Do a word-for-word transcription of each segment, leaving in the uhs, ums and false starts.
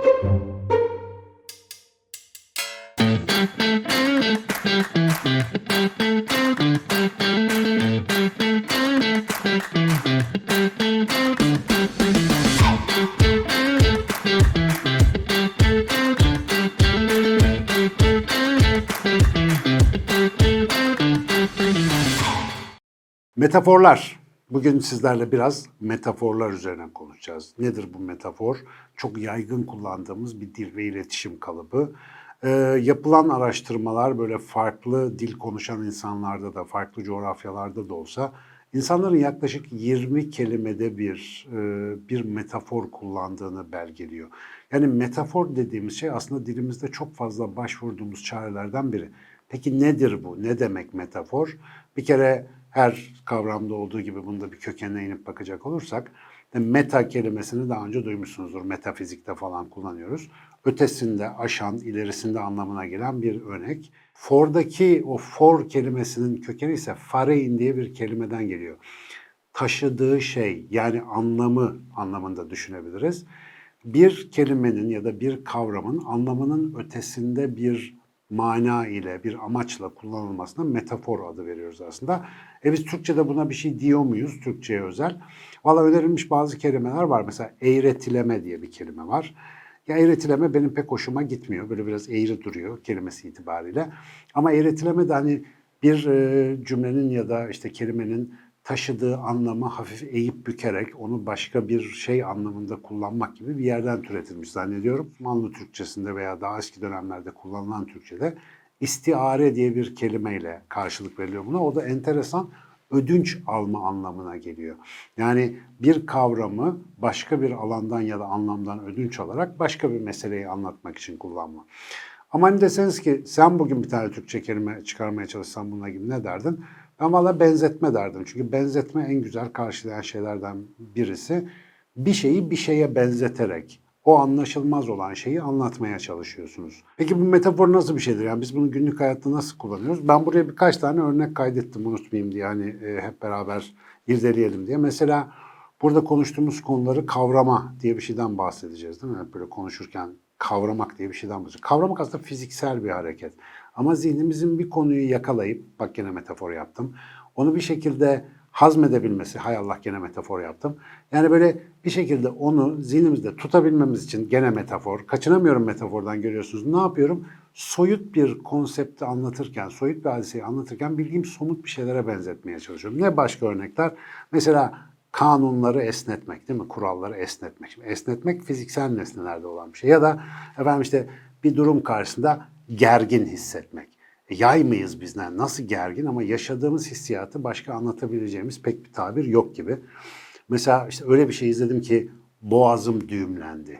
Metaforlar. Bugün sizlerle biraz metaforlar üzerine konuşacağız. Nedir bu metafor? Çok yaygın kullandığımız bir dil ve iletişim kalıbı. Ee, yapılan araştırmalar böyle farklı dil konuşan insanlarda da, farklı coğrafyalarda da olsa insanların yaklaşık yirmi kelimede bir e, bir metafor kullandığını belgeliyor. Yani metafor dediğimiz şey aslında dilimizde çok fazla başvurduğumuz çarelerden biri. Peki nedir bu? Ne demek metafor? Bir kere her kavramda olduğu gibi bunda bir kökenine inip bakacak olursak, meta kelimesini daha önce duymuşsunuzdur. Metafizikte falan kullanıyoruz. Ötesinde, aşan, ilerisinde anlamına gelen bir örnek. For'daki o for kelimesinin kökeni ise farein diye bir kelimeden geliyor. Taşıdığı şey, yani anlamı anlamında düşünebiliriz. Bir kelimenin ya da bir kavramın anlamının ötesinde bir mana ile, bir amaçla kullanılmasına metafor adı veriyoruz aslında. E biz Türkçe'de buna bir şey diyor muyuz, Türkçe'ye özel? Valla önerilmiş bazı kelimeler var. Mesela eğretileme diye bir kelime var. Ya eğretileme benim pek hoşuma gitmiyor. Böyle biraz eğri duruyor kelimesi itibariyle. Ama eğretileme de hani bir cümlenin ya da işte kelimenin taşıdığı anlamı hafif eğip bükerek onu başka bir şey anlamında kullanmak gibi bir yerden türetilmiş zannediyorum. Osmanlı Türkçesinde veya daha eski dönemlerde kullanılan Türkçede istiare diye bir kelimeyle karşılık veriliyor buna. O da enteresan, ödünç alma anlamına geliyor. Yani bir kavramı başka bir alandan ya da anlamdan ödünç alarak başka bir meseleyi anlatmak için kullanma. Ama hani deseniz ki sen bugün bir tane Türkçe kelime çıkarmaya çalışsan bununla ilgili ne derdin? Ben valla benzetme derdim. Çünkü benzetme en güzel karşılayan şeylerden birisi. Bir şeyi bir şeye benzeterek o anlaşılmaz olan şeyi anlatmaya çalışıyorsunuz. Peki bu metafor nasıl bir şeydir? Yani biz bunu günlük hayatta nasıl kullanıyoruz? Ben buraya birkaç tane örnek kaydettim unutmayayım diye. Hani e, hep beraber irdeleyelim diye. Mesela burada konuştuğumuz konuları kavrama diye bir şeyden bahsedeceğiz değil mi? Hep böyle konuşurken kavramak diye bir şeyden bahsediyoruz. Kavramak aslında fiziksel bir hareket. Ama zihnimizin bir konuyu yakalayıp, bak gene metafor yaptım, onu bir şekilde hazmedebilmesi, hay Allah gene metafor yaptım. Yani böyle bir şekilde onu zihnimizde tutabilmemiz için gene metafor, kaçınamıyorum metafordan görüyorsunuz. Ne yapıyorum? Soyut bir konsepti anlatırken, soyut bir hadiseyi anlatırken bildiğim somut bir şeylere benzetmeye çalışıyorum. Ne başka örnekler? Mesela kanunları esnetmek değil mi? Kuralları esnetmek. Şimdi esnetmek fiziksel nesnelerde olan bir şey. Ya da efendim işte bir durum karşısında gergin hissetmek. E, yay mıyız bizden? Nasıl gergin? Ama yaşadığımız hissiyatı başka anlatabileceğimiz pek bir tabir yok gibi. Mesela işte öyle bir şey izledim ki boğazım düğümlendi.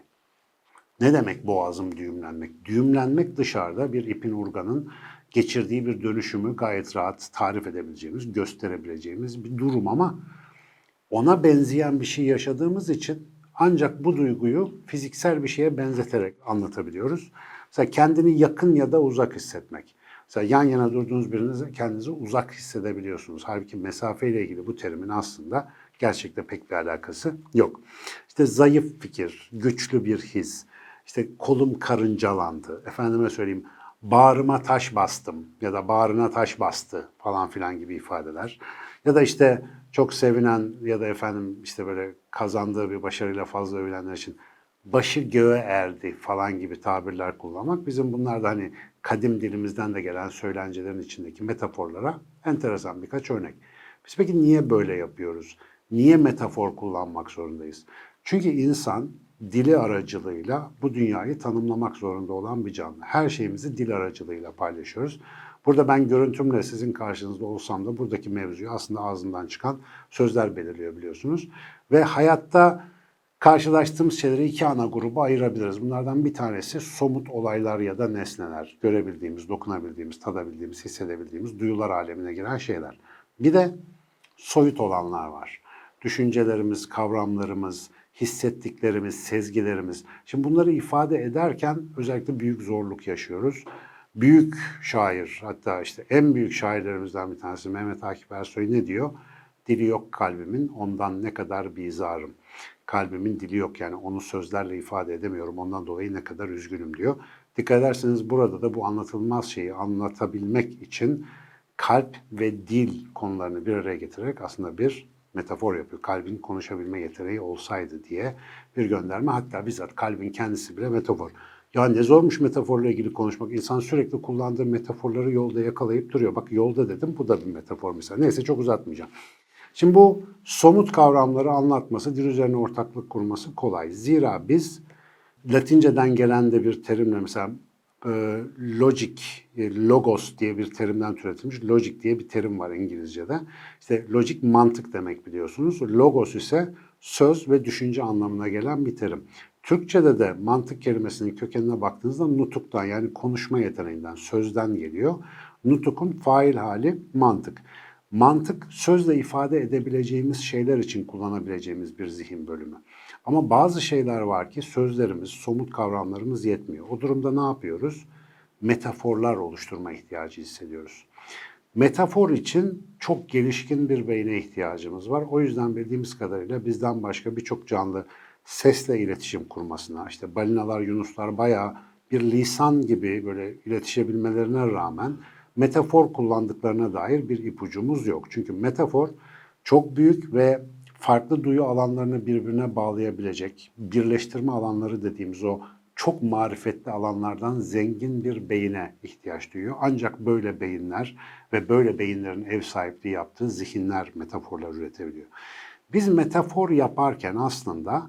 Ne demek boğazım düğümlenmek? Düğümlenmek dışarıda bir ipin urganın geçirdiği bir dönüşümü gayet rahat tarif edebileceğimiz, gösterebileceğimiz bir durum ama ona benzeyen bir şey yaşadığımız için ancak bu duyguyu fiziksel bir şeye benzeterek anlatabiliyoruz. Mesela kendini yakın ya da uzak hissetmek. Mesela yan yana durduğunuz birinize kendinizi uzak hissedebiliyorsunuz. Halbuki mesafeyle ilgili bu terimin aslında gerçekte pek bir alakası yok. İşte zayıf fikir, güçlü bir his, işte kolum karıncalandı, efendime söyleyeyim bağrıma taş bastım ya da bağrına taş bastı falan filan gibi ifadeler. Ya da işte çok sevinen ya da efendim işte böyle kazandığı bir başarıyla fazla övülenler için başı göğe erdi falan gibi tabirler kullanmak bizim bunlar da hani kadim dilimizden de gelen söylencelerin içindeki metaforlara enteresan birkaç örnek. Biz peki niye böyle yapıyoruz? Niye metafor kullanmak zorundayız? Çünkü insan dili aracılığıyla bu dünyayı tanımlamak zorunda olan bir canlı. Her şeyimizi dil aracılığıyla paylaşıyoruz. Burada ben görüntümle sizin karşınızda olsam da buradaki mevzuyu aslında ağzından çıkan sözler belirliyor biliyorsunuz. Ve hayatta karşılaştığımız şeyleri iki ana gruba ayırabiliriz. Bunlardan bir tanesi somut olaylar ya da nesneler. Görebildiğimiz, dokunabildiğimiz, tadabildiğimiz, hissedebildiğimiz duyular alemine giren şeyler. Bir de soyut olanlar var. Düşüncelerimiz, kavramlarımız, hissettiklerimiz, sezgilerimiz. Şimdi bunları ifade ederken özellikle büyük zorluk yaşıyoruz. Büyük şair, hatta işte en büyük şairlerimizden bir tanesi Mehmet Akif Ersoy ne diyor? Dili yok kalbimin, ondan ne kadar bizarım. kalbimin dili yok, yani onu sözlerle ifade edemiyorum, ondan dolayı ne kadar üzgünüm diyor. Dikkat ederseniz burada da bu anlatılmaz şeyi anlatabilmek için kalp ve dil konularını bir araya getirerek aslında bir metafor yapıyor. Kalbin konuşabilme yeteneği olsaydı diye bir gönderme. Hatta bizzat kalbin kendisi bile metafor. Ya ne zormuş metaforla ilgili konuşmak. İnsan sürekli kullandığı metaforları yolda yakalayıp duruyor. Bak yolda dedim, bu da bir metafor mesela. Neyse, çok uzatmayacağım. Şimdi bu somut kavramları anlatması, dil üzerine ortaklık kurması kolay. Zira biz Latinceden gelen de bir terimle, mesela e, logic, e, logos diye bir terimden türetilmiş logic diye bir terim var İngilizce'de. İşte logic mantık demek, biliyorsunuz. Logos ise söz ve düşünce anlamına gelen bir terim. Türkçe'de de mantık kelimesinin kökenine baktığınızda nutuktan, yani konuşma yeteneğinden, sözden geliyor. Nutukun fail hali mantık. Mantık, sözle ifade edebileceğimiz şeyler için kullanabileceğimiz bir zihin bölümü. Ama bazı şeyler var ki sözlerimiz, somut kavramlarımız yetmiyor. O durumda ne yapıyoruz? Metaforlar oluşturma ihtiyacı hissediyoruz. Metafor için çok gelişkin bir beyne ihtiyacımız var. O yüzden bildiğimiz kadarıyla bizden başka birçok canlı sesle iletişim kurmasına, işte balinalar, yunuslar bayağı bir lisan gibi böyle iletişebilmelerine rağmen metafor kullandıklarına dair bir ipucumuz yok. Çünkü metafor çok büyük ve farklı duyu alanlarını birbirine bağlayabilecek, birleştirme alanları dediğimiz o çok marifetli alanlardan zengin bir beyine ihtiyaç duyuyor. Ancak böyle beyinler ve böyle beyinlerin ev sahipliği yaptığı zihinler metaforlar üretebiliyor. Biz metafor yaparken aslında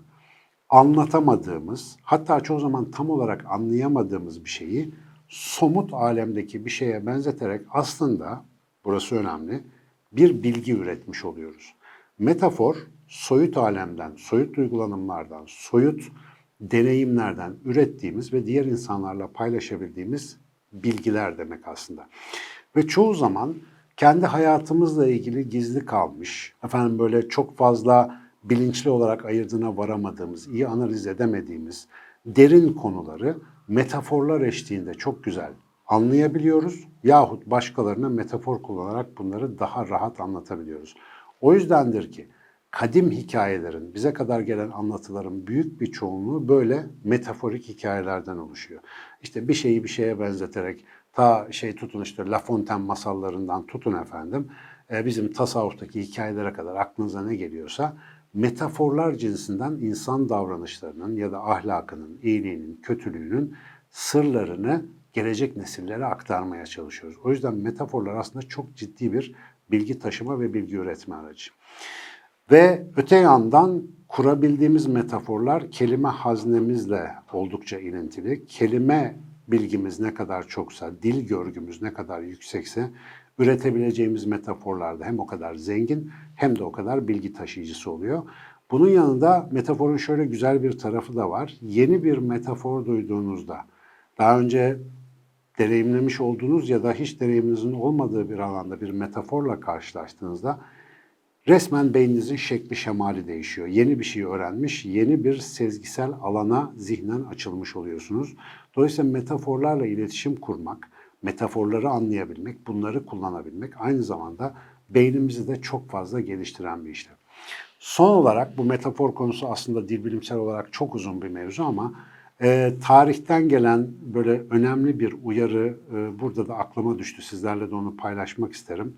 anlatamadığımız, hatta çoğu zaman tam olarak anlayamadığımız bir şeyi somut alemdeki bir şeye benzeterek aslında, burası önemli, bir bilgi üretmiş oluyoruz. Metafor, soyut alemden, soyut duygulanımlardan, soyut deneyimlerden ürettiğimiz ve diğer insanlarla paylaşabildiğimiz bilgiler demek aslında. Ve çoğu zaman kendi hayatımızla ilgili gizli kalmış, efendim böyle çok fazla bilinçli olarak ayırdığına varamadığımız, iyi analiz edemediğimiz derin konuları metaforlar eşliğinde çok güzel anlayabiliyoruz yahut başkalarına metafor kullanarak bunları daha rahat anlatabiliyoruz. O yüzdendir ki kadim hikayelerin, bize kadar gelen anlatıların büyük bir çoğunluğu böyle metaforik hikayelerden oluşuyor. İşte bir şeyi bir şeye benzeterek, ta şey tutun işte La Fontaine masallarından tutun efendim, bizim tasavvuftaki hikayelere kadar aklınıza ne geliyorsa, metaforlar cinsinden insan davranışlarının ya da ahlakının, iyiliğinin, kötülüğünün sırlarını gelecek nesillere aktarmaya çalışıyoruz. O yüzden metaforlar aslında çok ciddi bir bilgi taşıma ve bilgi üretme aracı. Ve öte yandan kurabildiğimiz metaforlar kelime haznemizle oldukça ilintili. Kelime bilgimiz ne kadar çoksa, dil görgümüz ne kadar yüksekse üretebileceğimiz metaforlar da hem o kadar zengin hem de o kadar bilgi taşıyıcısı oluyor. Bunun yanında metaforun şöyle güzel bir tarafı da var. Yeni bir metafor duyduğunuzda, daha önce deneyimlemiş olduğunuz ya da hiç deneyiminizin olmadığı bir alanda bir metaforla karşılaştığınızda resmen beyninizin şekli şemali değişiyor. Yeni bir şey öğrenmiş, yeni bir sezgisel alana zihnen açılmış oluyorsunuz. Dolayısıyla metaforlarla iletişim kurmak, metaforları anlayabilmek, bunları kullanabilmek aynı zamanda beynimizi de çok fazla geliştiren bir işlem. Son olarak bu metafor konusu aslında dil bilimsel olarak çok uzun bir mevzu ama e, tarihten gelen böyle önemli bir uyarı e, burada da aklıma düştü. Sizlerle de onu paylaşmak isterim.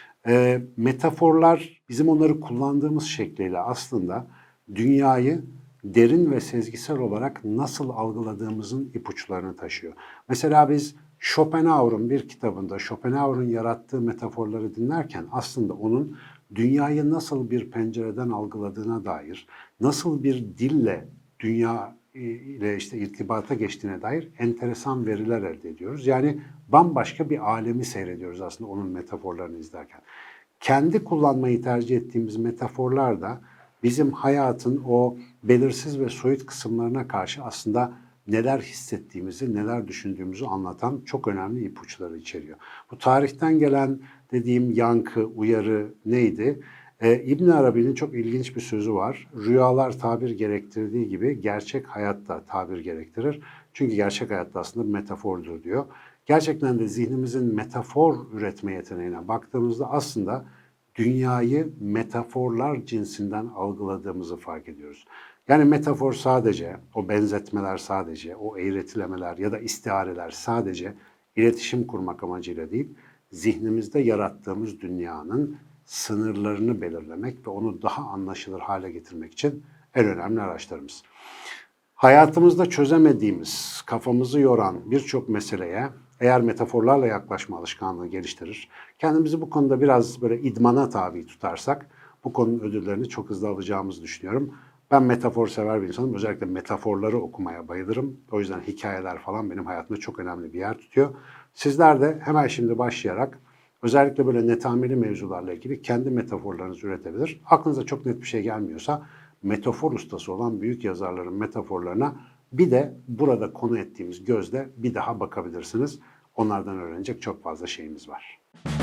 E, metaforlar bizim onları kullandığımız şekliyle aslında dünyayı derin ve sezgisel olarak nasıl algıladığımızın ipuçlarını taşıyor. Mesela biz Schopenhauer'un bir kitabında Schopenhauer'un yarattığı metaforları dinlerken aslında onun dünyayı nasıl bir pencereden algıladığına dair, nasıl bir dille dünya ile işte irtibata geçtiğine dair enteresan veriler elde ediyoruz. Yani bambaşka bir alemi seyrediyoruz aslında onun metaforlarını izlerken. Kendi kullanmayı tercih ettiğimiz metaforlar da bizim hayatın o belirsiz ve soyut kısımlarına karşı aslında neler hissettiğimizi, neler düşündüğümüzü anlatan çok önemli ipuçları içeriyor. Bu tarihten gelen dediğim yankı, uyarı neydi? Ee, İbn Arabi'nin çok ilginç bir sözü var. Rüyalar tabir gerektirdiği gibi gerçek hayatta tabir gerektirir. Çünkü gerçek hayatta aslında bir metafordur diyor. Gerçekten de zihnimizin metafor üretme yeteneğine baktığımızda aslında dünyayı metaforlar cinsinden algıladığımızı fark ediyoruz. Yani metafor sadece, o benzetmeler sadece, o eğretilemeler ya da istiareler sadece iletişim kurmak amacıyla değil, zihnimizde yarattığımız dünyanın sınırlarını belirlemek ve onu daha anlaşılır hale getirmek için en önemli araçlarımız. Hayatımızda çözemediğimiz, kafamızı yoran birçok meseleye eğer metaforlarla yaklaşma alışkanlığı geliştirir, kendimizi bu konuda biraz böyle idmana tabi tutarsak bu konunun ödüllerini çok hızlı alacağımızı düşünüyorum. Ben metafor sever bir insanım. Özellikle metaforları okumaya bayılırım. O yüzden hikayeler falan benim hayatımda çok önemli bir yer tutuyor. Sizler de hemen şimdi başlayarak özellikle böyle netameli mevzularla ilgili kendi metaforlarınızı üretebilir. Aklınıza çok net bir şey gelmiyorsa metafor ustası olan büyük yazarların metaforlarına bir de burada konu ettiğimiz gözle bir daha bakabilirsiniz. Onlardan öğrenecek çok fazla şeyimiz var.